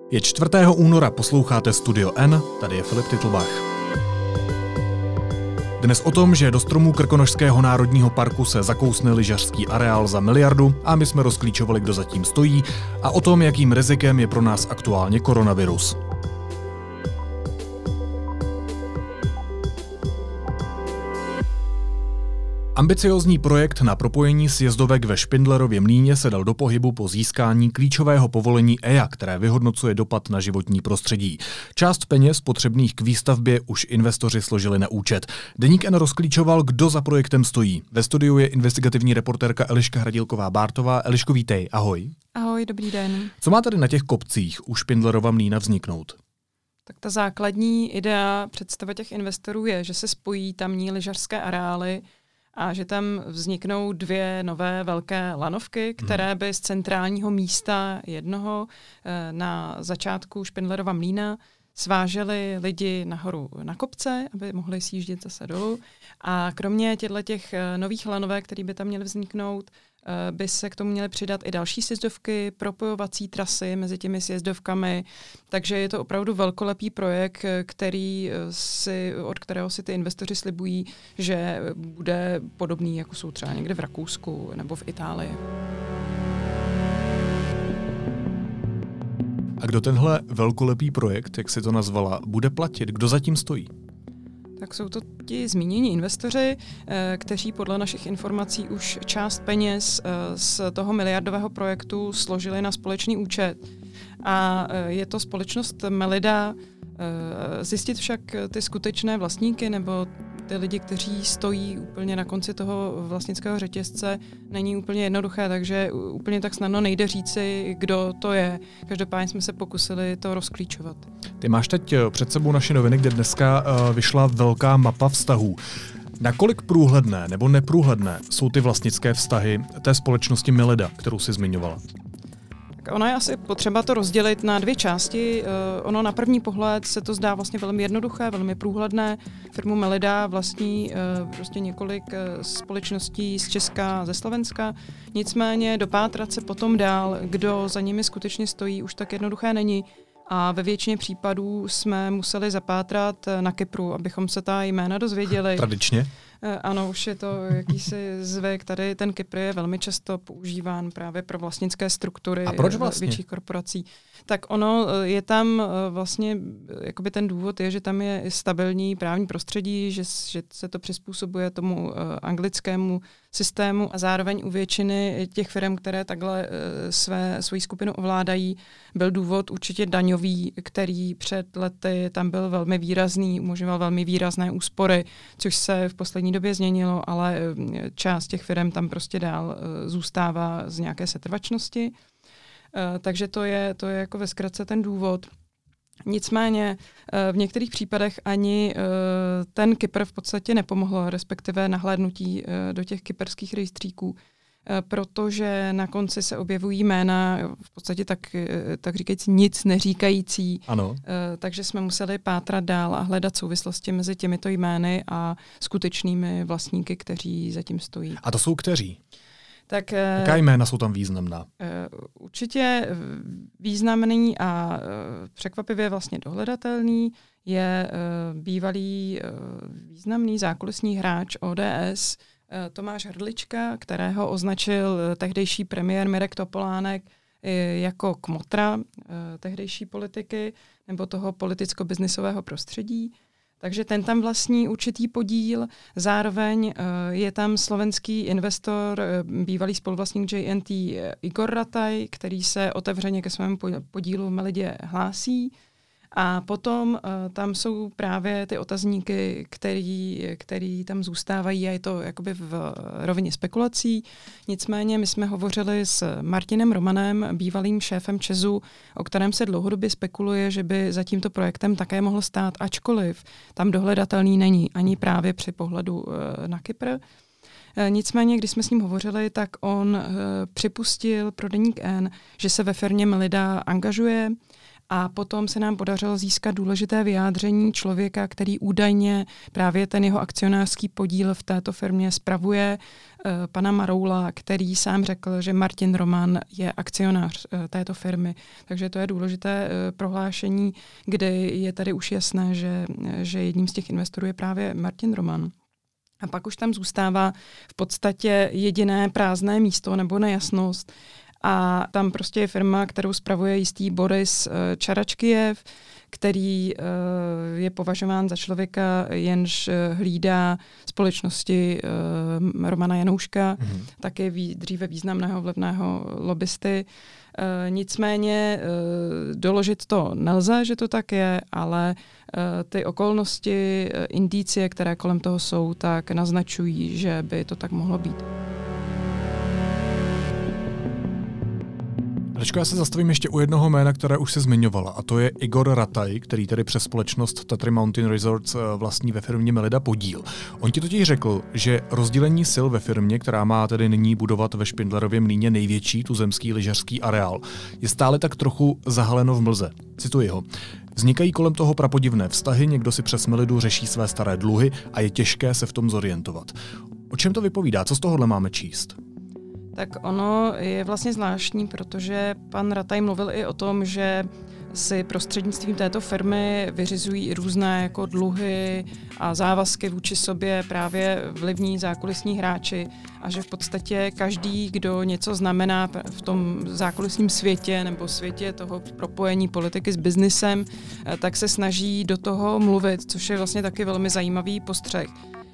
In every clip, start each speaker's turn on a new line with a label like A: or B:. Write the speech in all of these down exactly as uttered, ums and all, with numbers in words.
A: Je čtvrtého února, posloucháte Studio N, tady je Filip Titlbach. Dnes o tom, že do stromů Krkonošského národního parku se zakousne lyžařský areál za miliardu a my jsme rozklíčovali, kdo za tím stojí, a o tom, jakým rizikem je pro nás aktuálně koronavirus. Ambiciózní projekt na propojení sjezdovek ve Špindlerově Mlýně se dal do pohybu po získání klíčového povolení E I A, které vyhodnocuje dopad na životní prostředí. Část peněz potřebných k výstavbě už investoři složili na účet. Deník N rozklíčoval, kdo za projektem stojí. Ve studiu je investigativní reportérka Eliška Hradilková-Bártová. Eliško, vítej, ahoj.
B: Ahoj, dobrý den.
A: Co má tady na těch kopcích u Špindlerova Mlýna vzniknout?
B: Tak ta základní idea, představa těch investorů je, že se spojí tamní lyžařské areály a že tam vzniknou dvě nové velké lanovky, které by z centrálního místa jednoho na začátku Špindlerova Mlýna svážely lidi nahoru na kopce, aby mohli sjíždět zase dolů. A kromě těchto těch nových lanovek, které by tam měly vzniknout, by se k tomu měly přidat i další sjezdovky, propojovací trasy mezi těmi sjezdovkami. Takže je to opravdu velkolepý projekt, který si, od kterého si ty investoři slibují, že bude podobný, jako jsou třeba někde v Rakousku nebo v Itálii.
A: A kdo tenhle velkolepý projekt, jak si to nazvala, bude platit? Kdo za tím stojí?
B: Tak jsou to ti zmínění investoři, kteří podle našich informací už část peněz z toho miliardového projektu složili na společný účet. A je to společnost Melida. Zjistit však ty skutečné vlastníky nebo ty lidi, kteří stojí úplně na konci toho vlastnického řetězce, není úplně jednoduché, takže úplně tak snadno nejde říci, kdo to je. Každopádně jsme se pokusili to rozklíčovat.
A: Ty máš teď před sebou naše noviny, kde dneska vyšla velká mapa vztahů. Nakolik průhledné nebo neprůhledné jsou ty vlastnické vztahy té společnosti Melida, kterou jsi zmiňovala?
B: Ono je asi potřeba to rozdělit na dvě části. Ono na první pohled se to zdá vlastně velmi jednoduché, velmi průhledné. Firmu Melida vlastní prostě několik společností z Česka a ze Slovenska. Nicméně dopátrat se potom dál, kdo za nimi skutečně stojí, už tak jednoduché není. A ve většině případů jsme museli zapátrat na Kypru, abychom se ta jména dozvěděli.
A: Tradičně?
B: Ano, už je to jakýsi zvyk. Tady ten Kypr je velmi často používán právě pro vlastnické struktury.
A: A proč vlastně?
B: Větších korporací. Tak ono je tam vlastně, jakoby ten důvod je, že tam je stabilní právní prostředí, že, že se to přizpůsobuje tomu anglickému systému a zároveň u většiny těch firm, které takhle své, svoji skupinu ovládají, byl důvod určitě daňový, který před lety tam byl velmi výrazný, umožňoval velmi výrazné úspory, což se v poslední době změnilo, ale část těch firm tam prostě dál zůstává z nějaké setrvačnosti. Takže to je, to je jako ve zkratce ten důvod. Nicméně v některých případech ani ten Kypr v podstatě nepomohl, respektive nahlédnutí do těch kyperských rejstříků, protože na konci se objevují jména, v podstatě tak, tak říkajíc nic neříkající.
A: Ano.
B: Takže jsme museli pátrat dál a hledat souvislosti mezi těmito jmény a skutečnými vlastníky, kteří zatím stojí.
A: A to jsou kteří?
B: Tak,
A: jaká jména jsou tam významná?
B: Určitě významný a překvapivě vlastně dohledatelný je bývalý významný zákulisní hráč O D S Tomáš Hrdlička, kterého označil tehdejší premiér Mirek Topolánek jako kmotra tehdejší politiky nebo toho politicko-biznisového prostředí. Takže ten tam vlastní určitý podíl, zároveň je tam slovenský investor, bývalý spoluvlastník J N T Igor Rataj, který se otevřeně ke svému podílu v Melidě hlásí. A potom uh, tam jsou právě ty otazníky, který, který tam zůstávají a je to jakoby v rovině spekulací. Nicméně my jsme hovořili s Martinem Romanem, bývalým šéfem ČEZu, o kterém se dlouhodobě spekuluje, že by za tímto projektem také mohl stát, ačkoliv tam dohledatelný není ani právě při pohledu uh, na Kypr. Nicméně, když jsme s ním hovořili, tak on uh, připustil pro Deník N, že se ve firmě Melida angažuje A potom se nám podařilo získat důležité vyjádření člověka, který údajně právě ten jeho akcionářský podíl v této firmě spravuje, pana Maroula, který sám řekl, že Martin Roman je akcionář této firmy. Takže to je důležité prohlášení, kdy je tady už jasné, že, že jedním z těch investorů je právě Martin Roman. A pak už tam zůstává v podstatě jediné prázdné místo nebo nejasnost. A tam prostě je firma, kterou spravuje jistý Boris Čaračkijev, který uh, je považován za člověka, jenž uh, hlídá společnosti uh, Romana Janouška, mm-hmm. taky ví, dříve významného vlivného lobbysty. Uh, nicméně uh, doložit to nelze, že to tak je, ale uh, ty okolnosti, uh, indicie, které kolem toho jsou, tak naznačují, že by to tak mohlo být.
A: Radečko, já se zastavím ještě u jednoho jména, které už se zmiňovala, a to je Igor Rataj, který tedy přes společnost Tatry Mountain Resorts vlastní ve firmě Melida podíl. On ti totiž řekl, že rozdělení sil ve firmě, která má tedy nyní budovat ve Špindlerově mlýně největší tuzemský lyžařský areál, je stále tak trochu zahaleno v mlze. Cituji ho. Vznikají kolem toho prapodivné vztahy, někdo si přes Melidu řeší své staré dluhy a je těžké se v tom zorientovat. O čem to vypovídá? Co z tohohle máme číst?
B: Tak ono je vlastně zvláštní, protože pan Rataj mluvil i o tom, že si prostřednictvím této firmy vyřizují i různé jako dluhy a závazky vůči sobě právě vlivní zákulisní hráči a že v podstatě každý, kdo něco znamená v tom zákulisním světě nebo světě toho propojení politiky s biznisem, tak se snaží do toho mluvit, což je vlastně taky velmi zajímavý postřeh.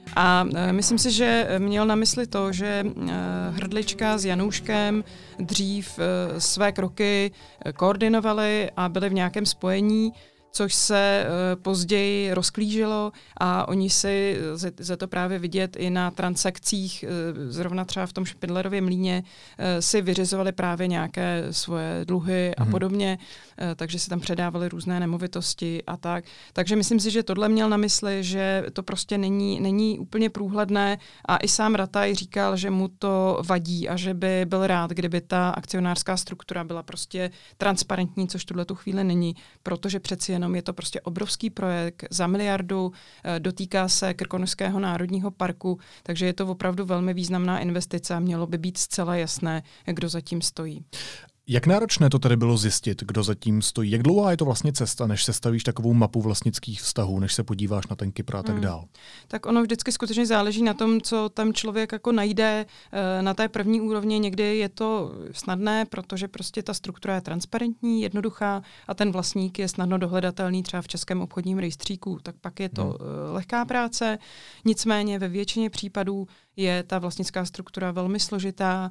B: A myslím si, že měl na mysli to, že Hrdlička s Janouškem dřív své kroky koordinovali a byli v nějakém spojení, což se později rozklížilo a oni si, za to právě vidět i na transakcích, zrovna třeba v tom Špindlerově mlýně, si vyřizovali právě nějaké svoje dluhy a podobně, takže si tam předávali různé nemovitosti a tak. Takže myslím si, že tohle měl na mysli, že to prostě není, není úplně průhledné a i sám Rataj říkal, že mu to vadí a že by byl rád, kdyby ta akcionářská struktura byla prostě transparentní, což tuhle tu chvíli není, protože přeci jenom je to prostě obrovský projekt za miliardu, dotýká se Krkonošského národního parku, takže je to opravdu velmi významná investice a mělo by být zcela jasné, kdo za tím stojí.
A: Jak náročné to tedy bylo zjistit, kdo za tím stojí? Jak dlouhá je to vlastně cesta, než sestavíš takovou mapu vlastnických vztahů, než se podíváš na ten Kypr a tak dál? Hmm.
B: Tak ono vždycky skutečně záleží na tom, co tam člověk jako najde na té první úrovni. Někdy je to snadné, protože prostě ta struktura je transparentní, jednoduchá a ten vlastník je snadno dohledatelný třeba v Českém obchodním rejstříku, tak pak je to hmm. lehká práce. Nicméně ve většině případů je ta vlastnická struktura velmi složitá,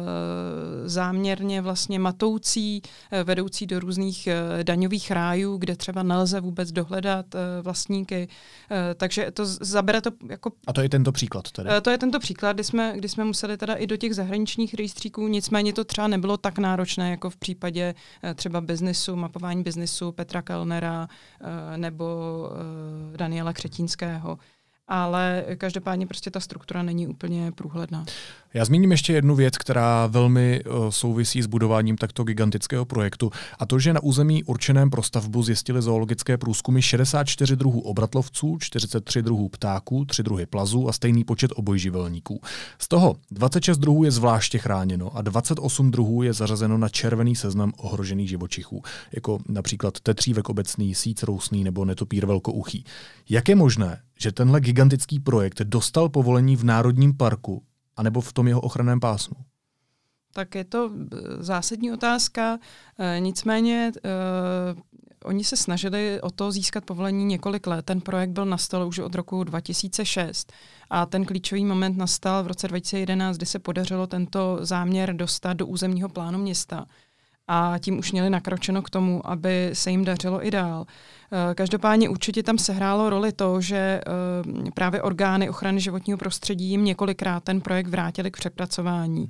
B: záměrně vlastně matoucí, vedoucí do různých daňových rájů, kde třeba nelze vůbec dohledat vlastníky. Takže to zabere to jako...
A: A to je tento příklad tedy?
B: To je tento příklad, kdy jsme, kdy jsme museli teda i do těch zahraničních rejstříků, nicméně to třeba nebylo tak náročné, jako v případě třeba biznesu, mapování biznesu Petra Kellnera nebo Daniela Křetínského. Ale každopádně prostě ta struktura není úplně průhledná.
A: Já zmíním ještě jednu věc, která velmi uh, souvisí s budováním takto gigantického projektu, a to, že na území určeném pro stavbu zjistili zoologické průzkumy šedesát čtyři druhů obratlovců, čtyřicet tři druhů ptáků, tři druhy plazů a stejný počet obojživelníků. Z toho dvacet šest druhů je zvláště chráněno a dvacet osm druhů je zařazeno na červený seznam ohrožených živočichů, jako například tetřívek obecný, síc rousný nebo netopír velkouchý. Jak je možné, že tenhle gigantický projekt dostal povolení v Národním parku anebo v tom jeho ochranném pásmu?
B: Tak je to zásadní otázka, e, nicméně e, oni se snažili o to získat povolení několik let. Ten projekt byl na stole už od roku dva tisíce šest a ten klíčový moment nastal v roce dva tisíce jedenáct, kdy se podařilo tento záměr dostat do územního plánu města. A tím už měli nakročeno k tomu, aby se jim dařilo i dál. Každopádně určitě tam sehrálo roli to, že právě orgány ochrany životního prostředí jim několikrát ten projekt vrátili k přepracování.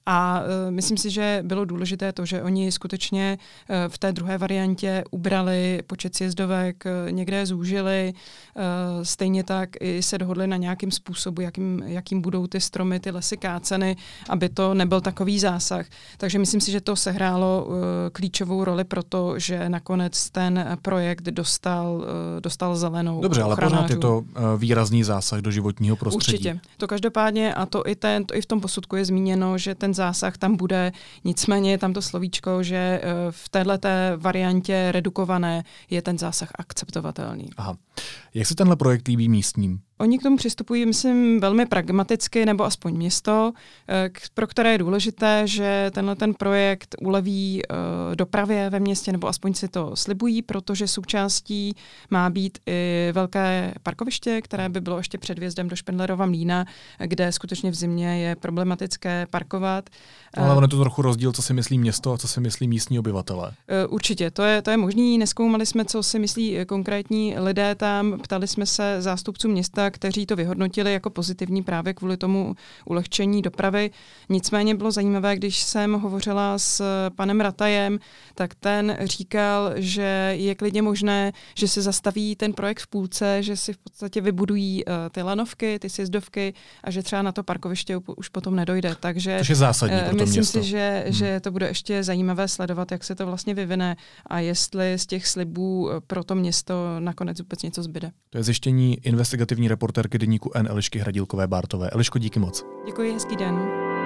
B: A uh, myslím si, že bylo důležité to, že oni skutečně uh, v té druhé variantě ubrali počet sjezdovek, uh, někde zúžili, uh, stejně tak i se dohodli na nějakým způsobu, jakým, jakým budou ty stromy, ty lesy káceny, aby to nebyl takový zásah. Takže myslím si, že to sehrálo uh, klíčovou roli pro to, že nakonec ten projekt dostal, uh, dostal zelenou.
A: Dobře, ale pořád je to uh, výrazný zásah do životního prostředí.
B: Určitě. To každopádně, a to i, ten, to i v tom posudku je zmíněno, že ten zásah tam bude, nicméně je tam to slovíčko, že uh, v téhleté variantě redukované je ten zásah akceptovatelný.
A: Aha. Jak se tenhle projekt líbí místním?
B: Oni k tomu přistupují, myslím, velmi pragmaticky, nebo aspoň město, pro které je důležité, že tenhle ten projekt uleví dopravě ve městě, nebo aspoň si to slibují, protože součástí má být i velké parkoviště, které by bylo ještě před vjezdem do Špindlerova mlýna, kde skutečně v zimě je problematické parkovat.
A: Ale ono je to trochu rozdíl, co si myslí město a co si myslí místní obyvatelé.
B: Určitě, to je, to je možný. Nezkoumali jsme, co si myslí konkrétní lidé tam, ptali jsme se zástupců města, kteří to vyhodnotili jako pozitivní právě kvůli tomu ulehčení dopravy. Nicméně bylo zajímavé, když jsem hovořila s panem Ratajem, tak ten říkal, že je klidně možné, že se zastaví ten projekt v půlce, že si v podstatě vybudují uh, ty lanovky, ty sjezdovky a že třeba na to parkoviště už potom nedojde. Takže
A: to je zásadní pro to
B: myslím
A: město.
B: si, že,
A: hmm.
B: že to bude ještě zajímavé sledovat, jak se to vlastně vyvine a jestli z těch slibů pro to město nakonec vůbec něco zbyde.
A: To je zjištění investigativní reportérky deníku N Elišky Hradílkové-Bártové. Eliško, díky moc.
B: Děkuji, hezký den.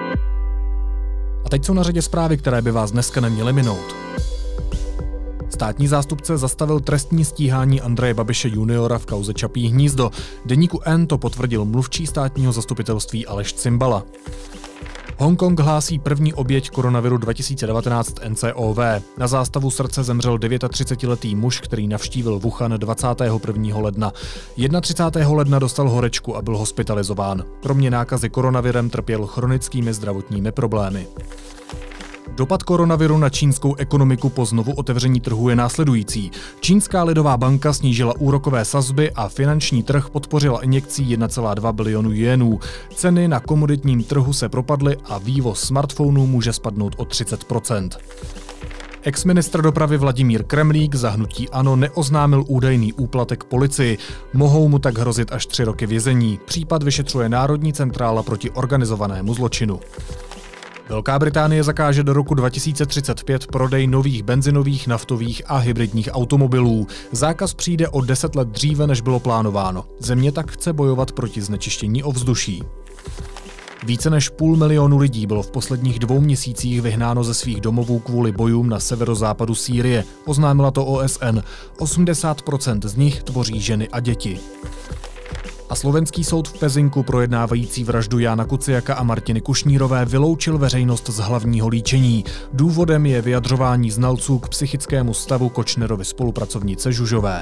A: A teď jsou na řadě zprávy, které by vás dneska neměly minout. Státní zástupce zastavil trestní stíhání Andreje Babiše juniora v kauze Čapí hnízdo. Deníku N to potvrdil mluvčí státního zastupitelství Aleš Cimbala. Hongkong hlásí první oběť koronaviru dva tisíce devatenáct N C O V. Na zástavu srdce zemřel třicetidevítiletý muž, který navštívil Wuhan dvacátého prvního ledna. třicátého prvního ledna dostal horečku a byl hospitalizován. Kromě nákazy koronavirem trpěl chronickými zdravotními problémy. Dopad koronaviru na čínskou ekonomiku po znovu otevření trhu je následující. Čínská lidová banka snížila úrokové sazby a finanční trh podpořila injekcí jedna celá dva bilionu jenů. Ceny na komoditním trhu se propadly a vývoz smartphonů může spadnout o třicet procent. Ex-ministr dopravy Vladimír Kremlík za hnutí ANO neoznámil údajný úplatek policii. Mohou mu tak hrozit až tři roky vězení. Případ vyšetřuje Národní centrála proti organizovanému zločinu. Velká Británie zakáže do roku dva tisíce třicet pět prodej nových benzinových, naftových a hybridních automobilů. Zákaz přijde o deset let dříve, než bylo plánováno. Země tak chce bojovat proti znečištění ovzduší. Více než půl milionu lidí bylo v posledních dvou měsících vyhnáno ze svých domovů kvůli bojům na severozápadu Sýrie. Oznámila to O S N. osmdesát procent z nich tvoří ženy a děti. A slovenský soud v Pezinku projednávající vraždu Jána Kuciaka a Martiny Kušnírové vyloučil veřejnost z hlavního líčení. Důvodem je vyjadřování znalců k psychickému stavu Kočnerovy spolupracovnice Žužové.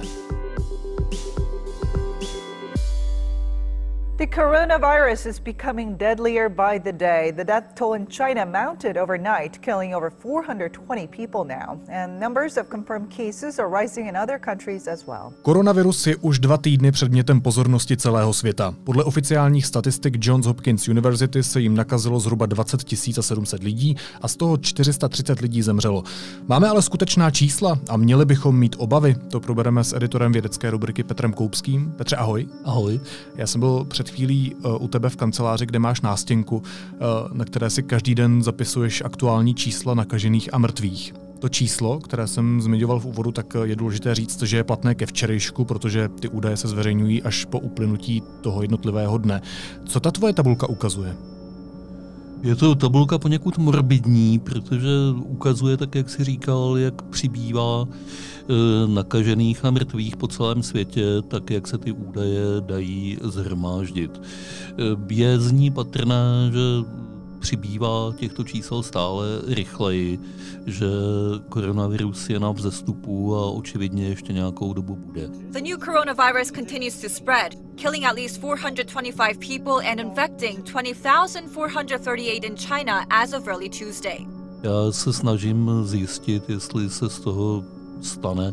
C: The coronavirus is becoming deadlier by the day. The death toll in China mounted overnight, killing over four hundred twenty people now. And numbers of confirmed cases are rising in other countries as well.
A: Koronavirus je už dva týdny předmětem pozornosti celého světa. Podle oficiálních statistik Johns Hopkins University se jim nakazilo zhruba dvacet tisíc sedm set lidí a z toho čtyři sta třicet lidí zemřelo. Máme ale skutečná čísla a měli bychom mít obavy. To probereme s editorem vědecké rubriky Petrem Koupským. Petře, ahoj.
D: Ahoj.
A: Já jsem byl před chvílí u tebe v kanceláři, kde máš nástěnku, na které si každý den zapisuješ aktuální čísla nakažených a mrtvých. To číslo, které jsem zmiňoval v úvodu, tak je důležité říct, že je platné ke včerejšku, protože ty údaje se zveřejňují až po uplynutí toho jednotlivého dne. Co ta tvoje tabulka ukazuje?
D: Je to tabulka poněkud morbidní, protože ukazuje, tak jak jsi říkal, jak přibývá e, nakažených a mrtvých po celém světě, tak jak se ty údaje dají zhromáždit. E, je z ní patrné, že přibývá těchto čísel stále rychleji, že koronavirus je na vzestupu a očividně ještě nějakou dobu bude.
E: The new coronavirus continues to spread, killing at least four hundred twenty-five people and infecting twenty thousand four hundred thirty-eight in China as of early Tuesday.
D: Já se snažím zjistit, jestli se z toho stane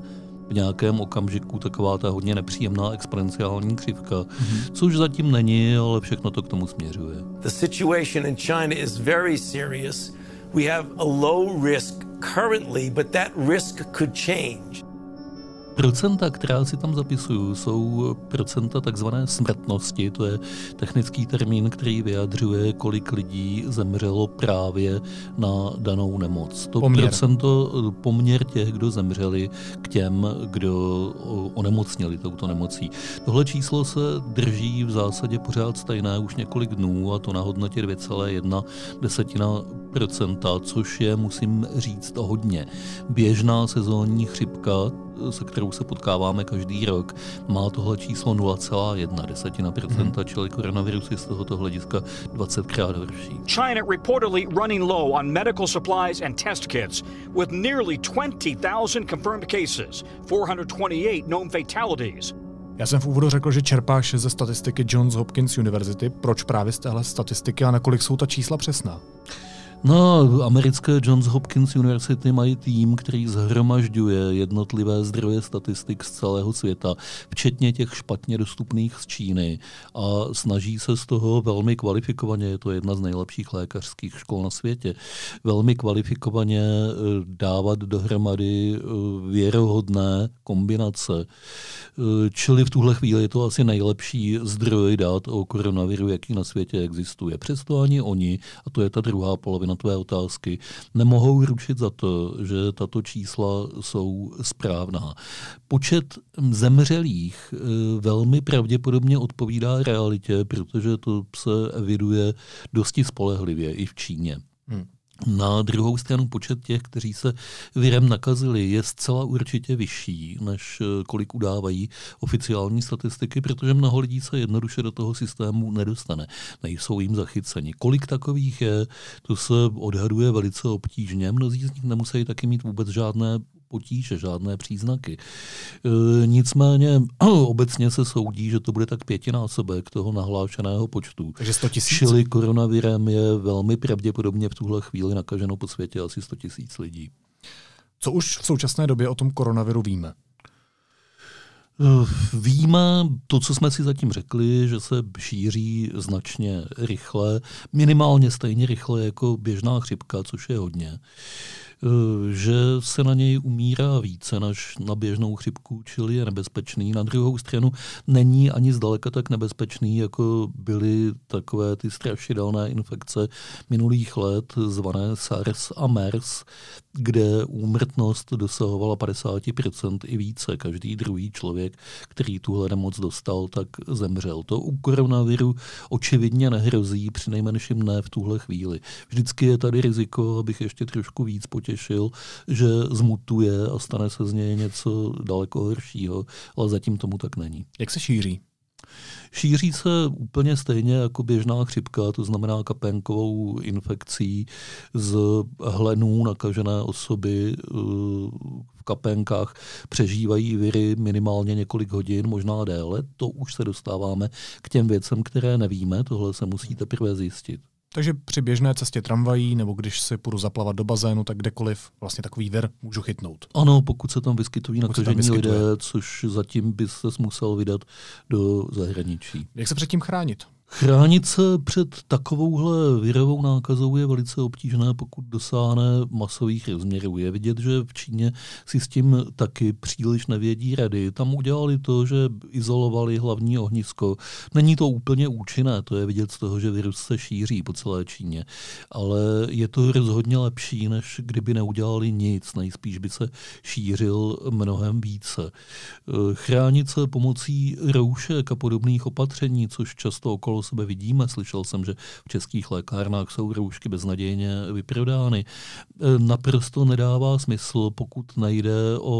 D: v nějakém okamžiku taková ta hodně nepříjemná exponenciální křivka, mm-hmm. což zatím není, ale všechno to k tomu směřuje.
F: The situation in China is very serious. We have a low risk currently, but that risk could change.
D: Procenta, která si tam zapisuju, jsou procenta takzvané smrtnosti. To je technický termín, který vyjadřuje, kolik lidí zemřelo právě na danou nemoc. To
A: poměr.
D: procento, poměr těch, kdo zemřeli, k těm, kdo onemocněli touto nemocí. Tohle číslo se drží v zásadě pořád stejné už několik dnů, a to na hodnotě dvě celá jedna procenta, což je, musím říct, hodně. Běžná sezónní chřipka, se kterou se potkáváme každý rok, má tohle číslo nula celá jedna procenta, hmm. čili koronavirus je z tohoto hlediska dvacetkrát horší.
G: China reportedly running low on medical supplies and test kits with nearly twenty thousand confirmed cases, four hundred twenty-eight known fatalities.
A: Já jsem v úvodu řekl, že čerpáš ze statistiky Johns Hopkins University. Proč právě z téhle statistiky a nakolik jsou ta čísla přesná?
D: No, americké Johns Hopkins University mají tým, který zhromažďuje jednotlivé zdroje statistik z celého světa, včetně těch špatně dostupných z Číny, a snaží se z toho velmi kvalifikovaně, je to jedna z nejlepších lékařských škol na světě, velmi kvalifikovaně dávat dohromady věrohodné kombinace. Čili v tuhle chvíli je to asi nejlepší zdroj dat o koronaviru, jaký na světě existuje. Přesto ani oni, a to je ta druhá polovina tvé otázky, nemohou ručit za to, že tato čísla jsou správná. Počet zemřelých velmi pravděpodobně odpovídá realitě, protože to se eviduje dosti spolehlivě i v Číně. Hmm. Na druhou stranu počet těch, kteří se virem nakazili, je zcela určitě vyšší, než kolik udávají oficiální statistiky, protože mnoho lidí se jednoduše do toho systému nedostane. Nejsou jim zachyceni. Kolik takových je, to se odhaduje velice obtížně. Mnozí z nich nemusí taky mít vůbec žádné potíže, žádné příznaky. E, nicméně obecně se soudí, že to bude tak pětinásobek toho nahlášeného počtu.
A: Takže sto tisíc?
D: Čili koronavirem je velmi pravděpodobně v tuhle chvíli nakaženo po světě asi sto tisíc lidí.
A: Co už v současné době o tom koronaviru víme?
D: Víme to, co jsme si zatím řekli, že se šíří značně rychle, minimálně stejně rychle jako běžná chřipka, což je hodně. Že se na něj umírá více než na běžnou chřipku, čili je nebezpečný. Na druhou stranu není ani zdaleka tak nebezpečný, jako byly takové ty strašidelné infekce minulých let, zvané SARS a MERS, kde úmrtnost dosahovala padesát procent i více. Každý druhý člověk, který tuhle nemoc dostal, tak zemřel. To u koronaviru očividně nehrozí, přinejmenším ne v tuhle chvíli. Vždycky je tady riziko, abych ještě trošku víc potěšil, že zmutuje a stane se z něj něco daleko horšího, ale zatím tomu tak není.
A: Jak se šíří?
D: Šíří se úplně stejně jako běžná chřipka, to znamená kapénkovou infekcí z hlenů nakažené osoby. V kapénkách přežívají viry minimálně několik hodin, možná déle. To už se dostáváme k těm věcem, které nevíme, tohle se musí teprve zjistit.
A: Takže při běžné cestě tramvají, nebo když si půjdu zaplavat do bazénu, tak kdekoliv vlastně takový vir můžu chytnout.
D: Ano, pokud se tam vyskytují nakažení lidé, což zatím by se musel vydat do zahraničí.
A: Jak se předtím chránit?
D: Chránit se před takovouhle virovou nákazou je velice obtížné, pokud dosáhne masových rozměrů. Je vidět, že v Číně si s tím taky příliš nevědí rady. Tam udělali to, že izolovali hlavní ohnisko. Není to úplně účinné, to je vidět z toho, že virus se šíří po celé Číně. Ale je to rozhodně lepší, než kdyby neudělali nic. Nejspíš by se šířil mnohem více. Chránit se pomocí roušek a podobných opatření, což často okolo sebe vidíme. Slyšel jsem, že v českých lékárnách jsou roušky beznadějně vyprodány. Naprosto nedává smysl, pokud nejde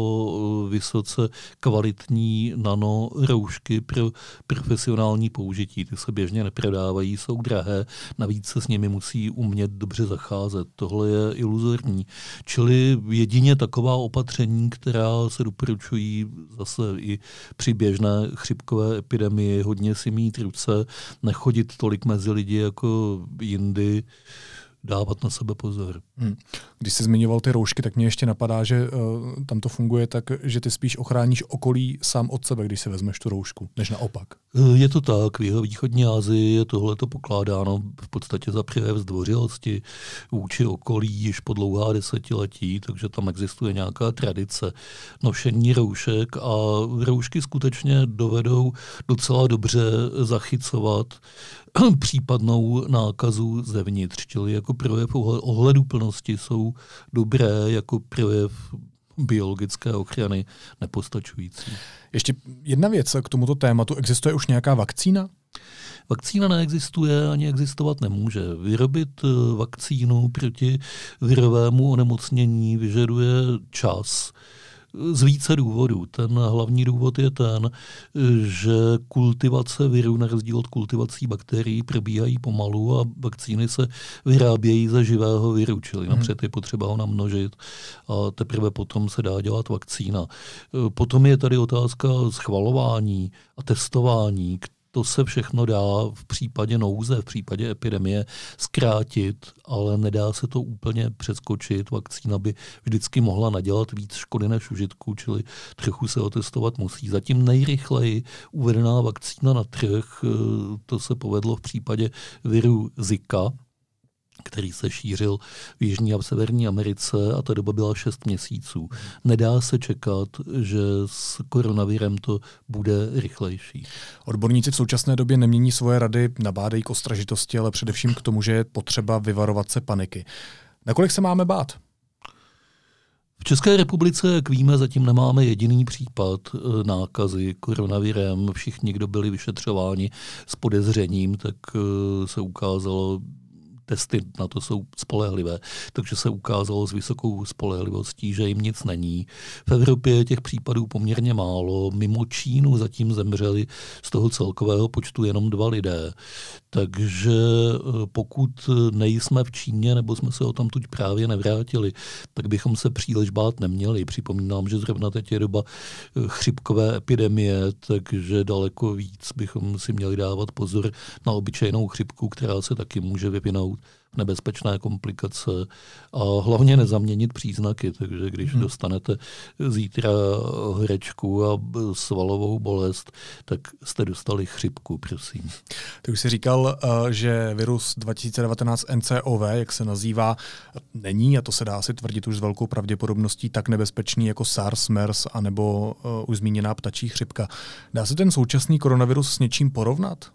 D: o vysoce kvalitní nano roušky pro profesionální použití. Ty se běžně neprodávají, jsou drahé, navíc se s nimi musí umět dobře zacházet. Tohle je iluzorní. Čili jedině taková opatření, která se doporučují zase i při běžné chřipkové epidemii, hodně si mít ruce, nechodit tolik mezi lidi jako jindy, dávat na sebe pozor.
A: Hmm. Když jsi zmiňoval ty roušky, tak mě ještě napadá, že uh, tam to funguje tak, že ty spíš ochráníš okolí sám od sebe, když si vezmeš tu roušku, než naopak.
D: Je to tak, v jihovýchodní Asii je tohleto pokládáno v podstatě za projev zdvořilosti vůči okolí již po dlouhá desetiletí, takže tam existuje nějaká tradice nošení roušek a roušky skutečně dovedou docela dobře zachycovat případnou nákazu zevnitř, čili jako projev ohleduplnosti jsou dobré, jako projev biologické ochrany nepostačující.
A: Ještě jedna věc k tomuto tématu. Existuje už nějaká vakcína?
D: Vakcína neexistuje ani existovat nemůže. Vyrobit vakcínu proti virovému onemocnění vyžaduje čas. Z více důvodů. Ten hlavní důvod je ten, že kultivace virů na rozdíl od kultivací bakterií probíhají pomalu a vakcíny se vyrábějí ze živého viru, čili hmm. napřed je potřeba ho namnožit a teprve potom se dá dělat vakcína. Potom je tady otázka schvalování a testování. To se všechno dá v případě nouze, v případě epidemie zkrátit, ale nedá se to úplně přeskočit. Vakcína by vždycky mohla nadělat víc škody než užitku, čili trochu se otestovat musí. Zatím nejrychleji uvedená vakcína na trh, to se povedlo v případě viru Zika, který se šířil v Jižní a v Severní Americe a ta doba byla šest měsíců. Nedá se čekat, že s koronavirem to bude rychlejší.
A: Odborníci v současné době nemění svoje rady, nabádají k ostražitosti, ale především k tomu, že je potřeba vyvarovat se paniky. Nakolik se máme bát?
D: V České republice, jak víme, zatím nemáme jediný případ nákazy koronavirem. Všichni, kdo byli vyšetřováni s podezřením, tak se ukázalo, testy na to jsou spolehlivé, takže se ukázalo s vysokou spolehlivostí, že jim nic není. V Evropě je těch případů poměrně málo. Mimo Čínu zatím zemřeli z toho celkového počtu jenom dva lidé. Takže pokud nejsme v Číně, nebo jsme se o tam tuď právě nevrátili, tak bychom se příliš bát neměli. Připomínám, že zrovna teď je doba chřipkové epidemie, takže daleko víc bychom si měli dávat pozor na obyčejnou chřipku, která se taky může vyvinout nebezpečné komplikace a hlavně nezaměnit příznaky, takže když hmm. dostanete zítra horečku a svalovou bolest, tak jste dostali chřipku, prosím.
A: Ty už jsi říkal, že virus dva tisíce devatenáct N C O V, jak se nazývá, není, a to se dá asi tvrdit už s velkou pravděpodobností, tak nebezpečný jako SARS, MERS anebo už zmíněná ptačí chřipka. Dá se ten současný koronavirus s něčím porovnat?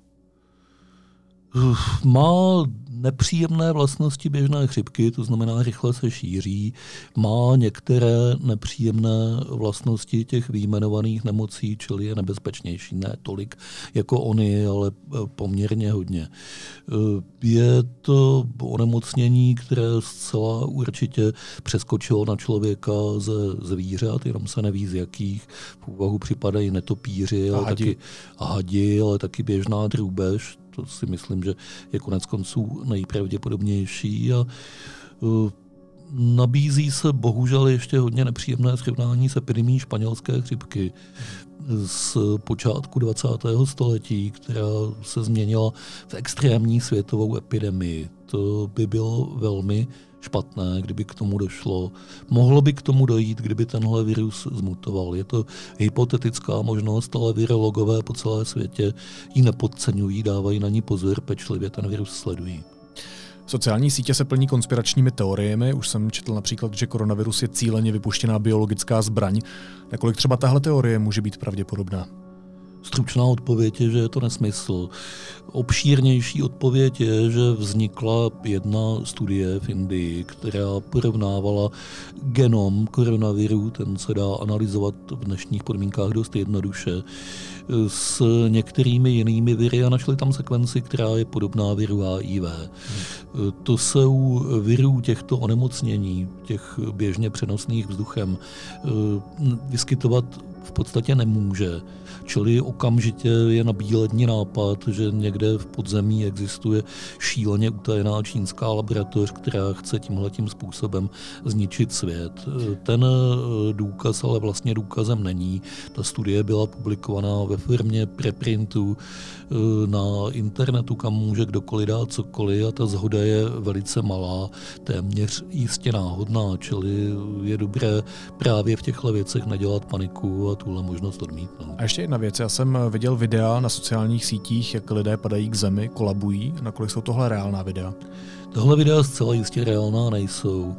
D: Má nepříjemné vlastnosti běžné chřipky, to znamená rychle se šíří, má některé nepříjemné vlastnosti těch vyjmenovaných nemocí, čili je nebezpečnější, ne tolik jako oni, ale poměrně hodně. Je to onemocnění, které zcela určitě přeskočilo na člověka ze zvířat, jenom se neví z jakých. V úvahu připadají netopíři ale taky, a hadi, ale taky běžná drůbež. To si myslím, že je konec konců nejpravděpodobnější a uh, nabízí se bohužel ještě hodně nepříjemné srovnání s epidemií španělské chřipky z počátku dvacátého století, která se změnila v extrémní světovou epidemii. To by bylo velmi špatné, kdyby k tomu došlo. Mohlo by k tomu dojít, kdyby tenhle virus zmutoval. Je to hypotetická možnost, ale virologové po celé světě ji nepodceňují, dávají na ní pozor, pečlivě ten virus sledují.
A: Sociální sítě se plní konspiračními teoriemi. Už jsem četl například, že koronavirus je cíleně vypuštěná biologická zbraň. Nakolik třeba tahle teorie může být pravděpodobná?
D: Stručná odpověď je, že je to nesmysl. Obšírnější odpověď je, že vznikla jedna studie v Indii, která porovnávala genom koronaviru, ten se dá analyzovat v dnešních podmínkách dost jednoduše, s některými jinými viry a našli tam sekvenci, která je podobná viru H I V. Hmm. To se u virů těchto onemocnění, těch běžně přenosných vzduchem, vyskytovat v podstatě nemůže. Čili okamžitě je nabílední nápad, že někde v podzemí existuje šíleně utajená čínská laboratoř, která chce tímhletím způsobem zničit svět. Ten důkaz ale vlastně důkazem není. Ta studie byla publikovaná ve firmě preprintu na internetu, kam může kdokoliv dát cokoliv a ta shoda je velice malá, téměř jistě náhodná, čili je dobré právě v těchto věcech nedělat paniku a tuhle možnost odmítnout.
A: A ještě jedna věc, já jsem viděl videa na sociálních sítích, jak lidé padají k zemi, kolabují. Nakolik jsou tohle reálná videa?
D: Tohle videa zcela jistě reálná nejsou.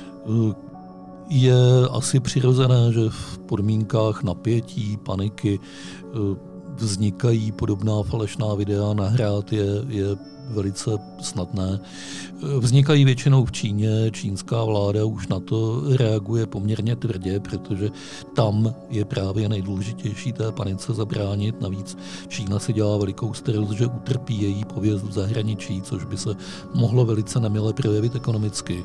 D: Je asi přirozené, že v podmínkách napětí, paniky vznikají podobná falešná videa, nahrát je, je velice snadné. Vznikají většinou v Číně, čínská vláda už na to reaguje poměrně tvrdě, protože tam je právě nejdůležitější té panice zabránit. Navíc Čína si dělá velikou starost, že utrpí její pověst v zahraničí, což by se mohlo velice nemile projevit ekonomicky.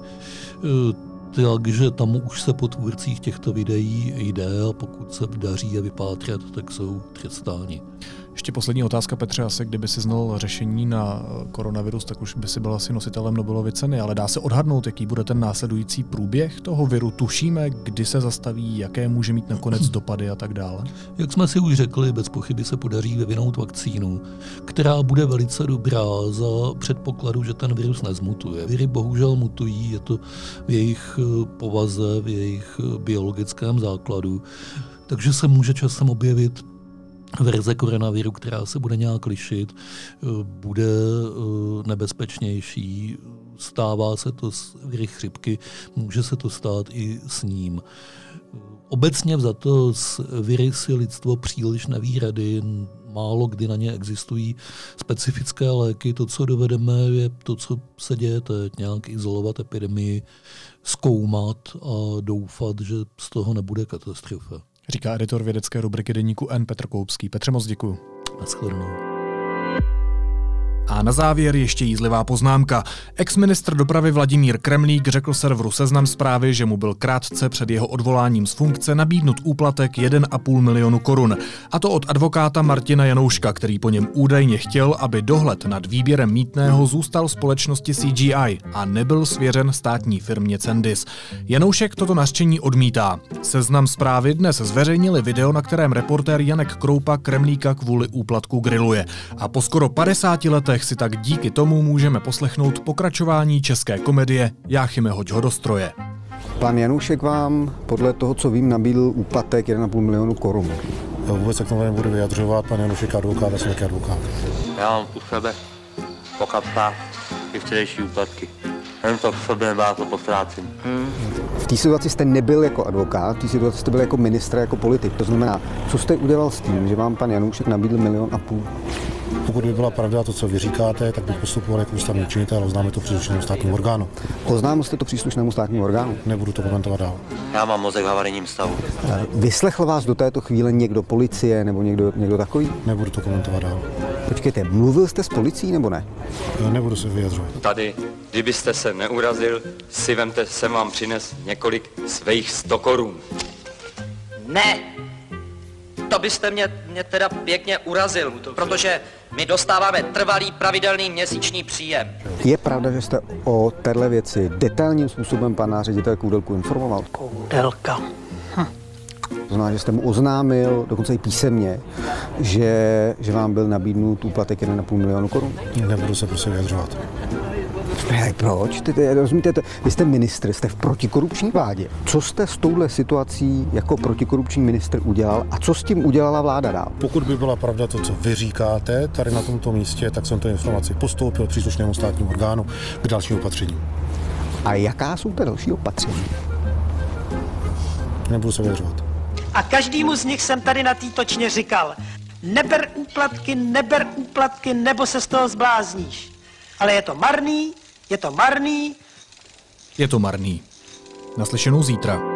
D: Takže tam už se po tvůrcích těchto videí jde a pokud se daří je vypátrat, tak jsou trestáni.
A: Ještě poslední otázka, Petře, asi kdyby si znal řešení na koronavirus, tak už by si byl asi nositelem Nobelovy ceny, ale dá se odhadnout, jaký bude ten následující průběh toho viru? Tušíme, kdy se zastaví, jaké může mít nakonec dopady a tak dále?
D: Jak jsme si už řekli, bez pochyby se podaří vyvinout vakcínu, která bude velice dobrá za předpokladu, že ten virus nezmutuje. Viry bohužel mutují, je to v jejich povaze, v jejich biologickém základu, takže se může časem objevit verze koronaviru, která se bude nějak lišit, bude nebezpečnější, stává se to s viry chřipky, může se to stát i s ním. Obecně vzato s viry si lidstvo příliš neví rady, málo kdy na ně existují specifické léky. To, co dovedeme, je to, co se děje teď, nějak izolovat epidemii, zkoumat a doufat, že z toho nebude katastrofa.
A: Říká editor vědecké rubriky deníku N Petr Koupský. Petře, moc děkuju.
D: Naschledanou.
A: A na závěr ještě jízlivá poznámka. Ex-ministr dopravy Vladimír Kremlík řekl serveru Seznam Zprávy, že mu byl krátce před jeho odvoláním z funkce nabídnut úplatek jeden a půl milionu korun. A to od advokáta Martina Janouška, který po něm údajně chtěl, aby dohled nad výběrem mýtného zůstal společnosti C G I a nebyl svěřen státní firmě Cendis. Janoušek toto nařčení odmítá. Seznam Zprávy dnes zveřejnili video, na kterém reportér Janek Kroupa Kremlíka kvůli úplatku griluje. A po skoro padesáti letech si tak díky tomu můžeme poslechnout pokračování české komedie Jáchyme, hoď ho do stroje.
H: Pan Janoušek vám podle toho, co vím, nabídl úplatek jeden a půl milionu korun.
I: Já vůbec se k tomu nebudu vyjadřovat, pan Janoušek advokát, já jsem taky advokát.
J: Já mám u sebe po kapsách i včerejší úplatky. Jen to v sobě nebá to postrácím. Hmm.
H: V té situaci jste nebyl jako advokát, v té situaci jste byl jako ministr, jako politik. To znamená, co jste udělal s tím, že vám pan Janoušek nabídl milion a půl?
I: Pokud by byla pravda to, co vy říkáte, tak bych postupoval jako ústavní činitel, oznámil to příslušnému státnímu orgánu.
H: Oznámil jste to příslušnému státnímu orgánu?
I: Nebudu to komentovat dál.
J: Já mám mozek v havarijním stavu.
H: Vyslechl vás do této chvíle někdo policie nebo někdo, někdo takový?
I: Nebudu to komentovat dál.
H: Počkejte, mluvil jste s policií nebo ne?
I: Já nebudu se vyjadřovat.
K: Tady, kdybyste se neurazil, si vemte, jsem vám přines několik svých sto korun.
L: Ne! To byste mě, mě teda pěkně urazil, protože my dostáváme trvalý pravidelný měsíční příjem.
H: Je pravda, že jste o téhle věci detailním způsobem pana ředitele Koudelku informoval?
L: Koudelka. Hm.
H: To znamená, že jste mu oznámil, dokonce i písemně, že, že vám byl nabídnut úplatek jeden a půl milionu korun?
I: Nebudu se prostě vyjadřovat.
H: Proč? Ty, ty, rozumíte, to, vy jste ministr, jste v protikorupční vládě. Co jste s touhle situací jako protikorupční ministr udělal a co s tím udělala vláda dál?
I: Pokud by byla pravda to, co vy říkáte tady na tomto místě, tak jsem tu informaci postoupil příslušnému státnímu orgánu k dalším opatřením.
H: A jaká jsou ta další opatření?
I: Nebudu se vyjadřovat.
L: A každému z nich jsem tady na té točně říkal, neber úplatky, neber úplatky, nebo se z toho zblázníš. Ale je to marný, je to marný.
A: Je to marný. Naslyšenou zítra.